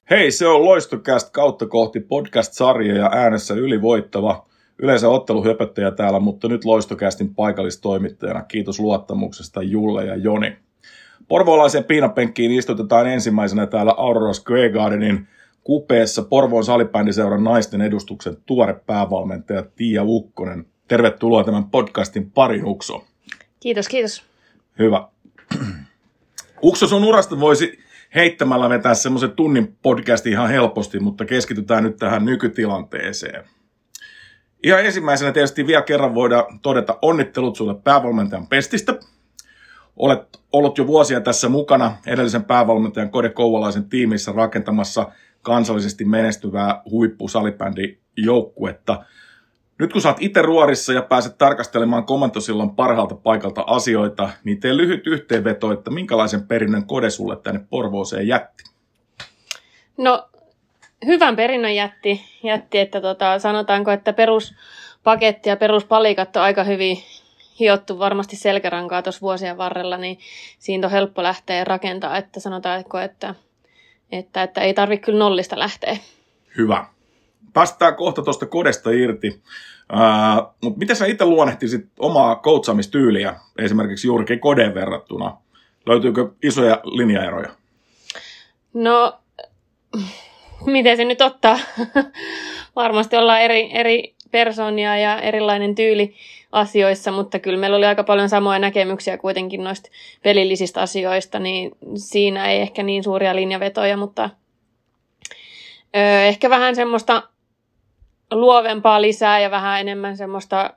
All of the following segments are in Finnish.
Hei, se on Loistocast kautta kohti podcast-sarja ja äänessä ylivoittava. Yleensä otteluhyöpöttäjä täällä, mutta nyt Loistocastin paikallistoimittajana. Kiitos luottamuksesta Julle ja Joni. Porvoolaisen piinapenkkiin istutetaan ensimmäisenä täällä Aurora Square Gardenin kupeessa Porvoon salibändiseuran naisten edustuksen tuore päävalmentaja Tiia Ukkonen. Tervetuloa tämän podcastin pariin, Ukso. Kiitos. Hyvä. Ukso, sun urasta voisi heittämällä vetää semmoisen tunnin podcastin ihan helposti, mutta keskitytään nyt tähän nykytilanteeseen. Ihan ensimmäisenä tietysti vielä kerran voidaan todeta onnittelut sulle päävalmentajan pestistä. Olet ollut jo vuosia tässä mukana edellisen päävalmentajan Kode Kouvalaisen tiimissä rakentamassa kansallisesti menestyvää huippusalibändijoukkuetta. Nyt kun sä oot itse ruorissa ja pääset tarkastelemaan komentosillan parhaalta paikalta asioita, niin tee lyhyt yhteenveto, että minkälaisen perinnön Kode sulle tänne Porvooseen jätti? No, hyvän perinnön jätti että sanotaanko, että peruspaketti ja peruspalikat on aika hyvin hiottu varmasti selkärankaa tuossa vuosien varrella, niin siitä on helppo lähteä rakentamaan, että sanotaanko, että ei tarvitse kyllä nollista lähteä. Hyvä. Päästään kohta tuosta Kodesta irti, mutta miten sä itse luonnehtisit omaa coachaamistyyliä esimerkiksi juurikin Kodeen verrattuna? Löytyykö isoja linjaeroja? No, miten se nyt ottaa? Varmasti ollaan eri persoonia ja erilainen tyyli asioissa, mutta kyllä meillä oli aika paljon samoja näkemyksiä kuitenkin noista pelillisistä asioista, niin siinä ei ehkä niin suuria linjavetoja, mutta ehkä vähän semmoista luovempaa lisää ja vähän enemmän semmoista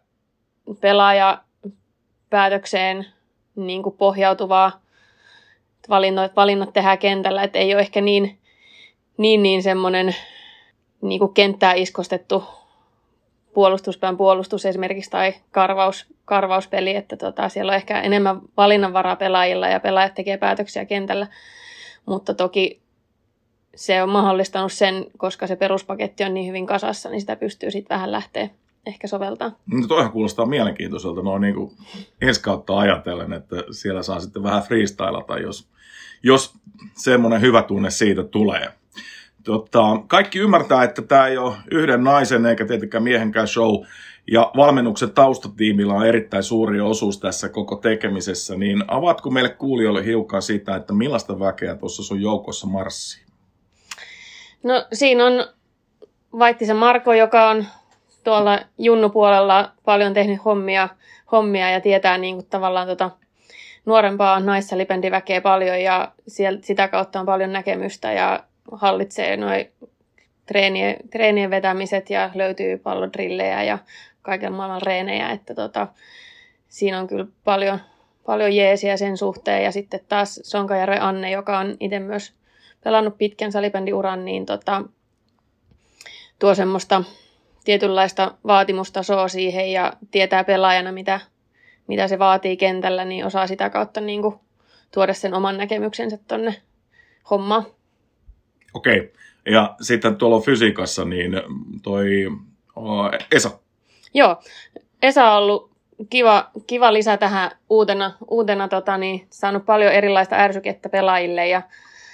pelaajapäätökseen niin kuin pohjautuvaa valinnat tehdään kentällä, että ei ole ehkä niin semmoinen niin kuin kenttää iskostettu puolustuspään puolustus esimerkiksi tai karvauspeli, että siellä on ehkä enemmän valinnanvaraa pelaajilla ja pelaajat tekee päätöksiä kentällä, mutta toki se on mahdollistanut sen, koska se peruspaketti on niin hyvin kasassa, niin sitä pystyy sitten vähän lähteä ehkä soveltamaan. No toihan kuulostaa mielenkiintoiselta noin niin kuin ensi kautta ajatellen, että siellä saa sitten vähän freestylata, jos semmoinen hyvä tunne siitä tulee. Kaikki ymmärtää, että tämä ei ole yhden naisen eikä tietenkään miehenkään show, ja valmennuksen taustatiimillä on erittäin suuri osuus tässä koko tekemisessä, niin avaatko meille kuulijoille hiukan sitä, että millaista väkeä tuossa sun joukossa marssii? No siinä on Vaittisen Marko, joka on tuolla junnupuolella paljon tehnyt hommia ja tietää niin kuin tavallaan nuorempaa naissalibändiväkeä paljon ja sitä kautta on paljon näkemystä ja hallitsee nuo treenien vetämiset ja löytyy pallodrillejä ja kaiken maailman reenejä, että siinä on kyllä paljon jeesiä sen suhteen ja sitten taas Sonkajärven Anne, joka on itse myös pelannut pitkän salibändiuran, niin tuo semmoista tietynlaista vaatimustasoa siihen ja tietää pelaajana, mitä se vaatii kentällä, niin osaa sitä kautta niin kuin tuoda sen oman näkemyksensä tonne hommaan. Okei. Ja sitten tuolla fysiikassa, niin toi Esa. Joo, Esa on ollut kiva lisä tähän uutena saanut paljon erilaista ärsykettä pelaajille ja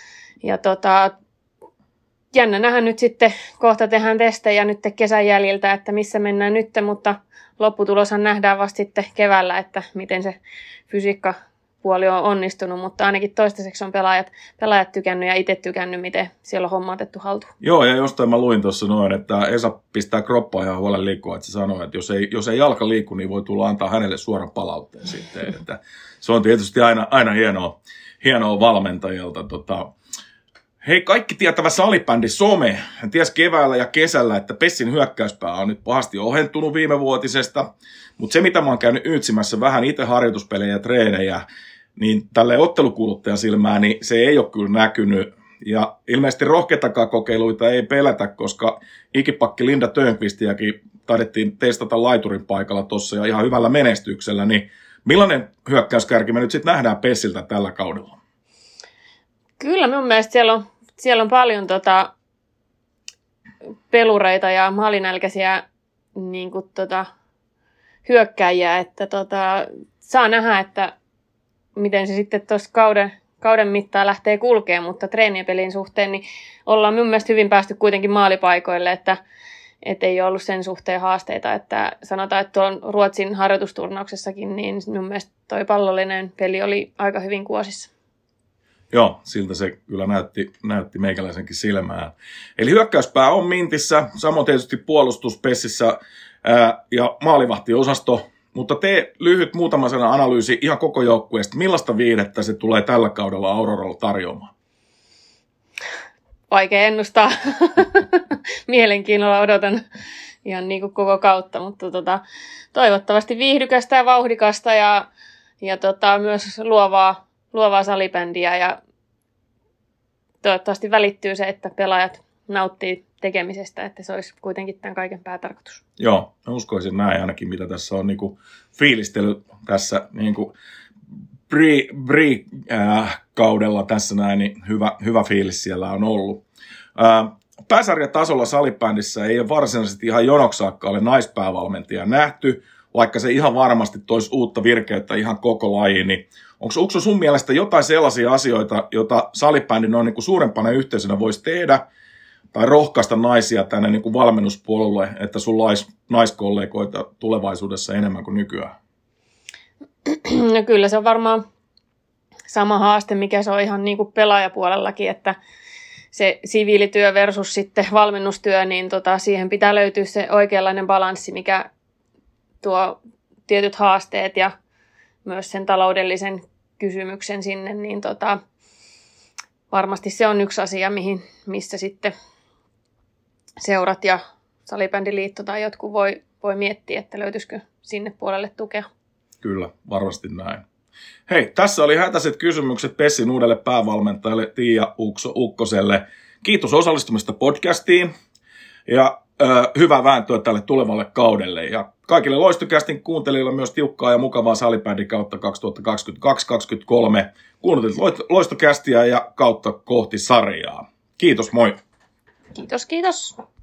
jännä nähdä nyt sitten, kohta tehdään testejä nyt kesän jäljiltä, että missä mennään nyt, mutta lopputuloshan nähdään vasta sitten keväällä, että miten se fysiikkapuoli on onnistunut, mutta ainakin toistaiseksi on pelaajat tykännyt ja itse tykännyt, miten siellä on homma otettu haltuun. Joo, ja jostain mä luin tuossa noin, että Esa pistää kroppaa ihan huolen liikkua, että se sanoo, että jos ei jalka liiku, niin voi tulla antaa hänelle suoran palautteen sitten, että se on tietysti aina hienoa valmentajalta. Hei, kaikki tietävä salibändi some ties keväällä ja kesällä, että Pessin hyökkäyspää on nyt pahasti ohentunut viimevuotisesta, mutta se mitä mä oon käynyt ytsimässä vähän itse harjoituspelejä ja treenejä, niin tälle ottelukuluttajan silmään, niin se ei ole kyllä näkynyt. Ja ilmeisesti rohkeitakaan kokeiluita ei pelätä, koska ikipakki Linda Törnqvistiäkin taidettiin testata laiturin paikalla tuossa ja ihan hyvällä menestyksellä, niin millainen hyökkäyskärki me nyt sitten nähdään Pessiltä tällä kaudella? Kyllä mun mielestä siellä on paljon pelureita ja maalinälkäisiä niin kuin hyökkääjiä, että saa nähdä, että miten se sitten tuossa kauden mittaan lähtee kulkemaan, mutta treenien pelin suhteen niin ollaan mun mielestä hyvin päästy kuitenkin maalipaikoille, että ei ole ollut sen suhteen haasteita. Että sanotaan, että tuon Ruotsin harjoitusturnauksessakin, niin mun mielestä toi pallollinen peli oli aika hyvin kuosissa. Joo, siltä se kyllä näytti meikäläisenkin silmään. Eli hyökkäyspää on mintissä, samoin tietysti puolustuspessissä ja maalivahtiosasto. Mutta tee lyhyt muutama sanan analyysi ihan koko joukkueesta. Millaista viihdettä se tulee tällä kaudella Auroralla tarjoamaan? Vaikea ennustaa. Mielenkiinnolla odotan ihan niin kuin koko kautta, mutta toivottavasti viihdykästä ja vauhdikasta ja myös luovaa salibändiä ja toivottavasti välittyy se, että pelaajat nauttii tekemisestä, että se olisi kuitenkin tämän kaiken päätarkoitus. Joo, uskoisin näin ainakin, mitä tässä on niinku fiilistely tässä niinku kaudella tässä näin, niin hyvä fiilis siellä on ollut. Pääsarjatasolla salibändissä ei ole varsinaisesti ihan jonoksaakaan ole naispäävalmentajia nähty, vaikka se ihan varmasti toisi uutta virkeyttä ihan koko lajiin, niin onko Ukso sun mielestä jotain sellaisia asioita, joita salibändin on niin kuin suurempana yhteisönä voisi tehdä, tai rohkaista naisia tänne niin kuin valmennuspuolelle, että sulla olisi naiskollegoita tulevaisuudessa enemmän kuin nykyään? No kyllä se on varmaan sama haaste, mikä se on ihan niin kuin pelaajapuolellakin, että se siviilityö versus sitten valmennustyö, niin siihen pitää löytyä se oikeanlainen balanssi, mikä tuo tietyt haasteet ja myös sen taloudellisen kysymyksen sinne, niin varmasti se on yksi asia, missä sitten seurat ja salibändiliitto tai jotkut voi miettiä, että löytyisikö sinne puolelle tukea. Kyllä, varmasti näin. Hei, tässä oli hätäiset kysymykset Pessin uudelle päävalmentajalle Tiia Ukkoselle. Kiitos osallistumista podcastiin ja hyvää vääntöä tälle tulevalle kaudelle. Ja kaikille Loistokästin kuuntelijoille myös tiukkaa ja mukavaa salibändin kautta 2022-2023. Kuuntelit Loistokästiä ja kautta kohti sarjaa. Kiitos, moi! Kiitos.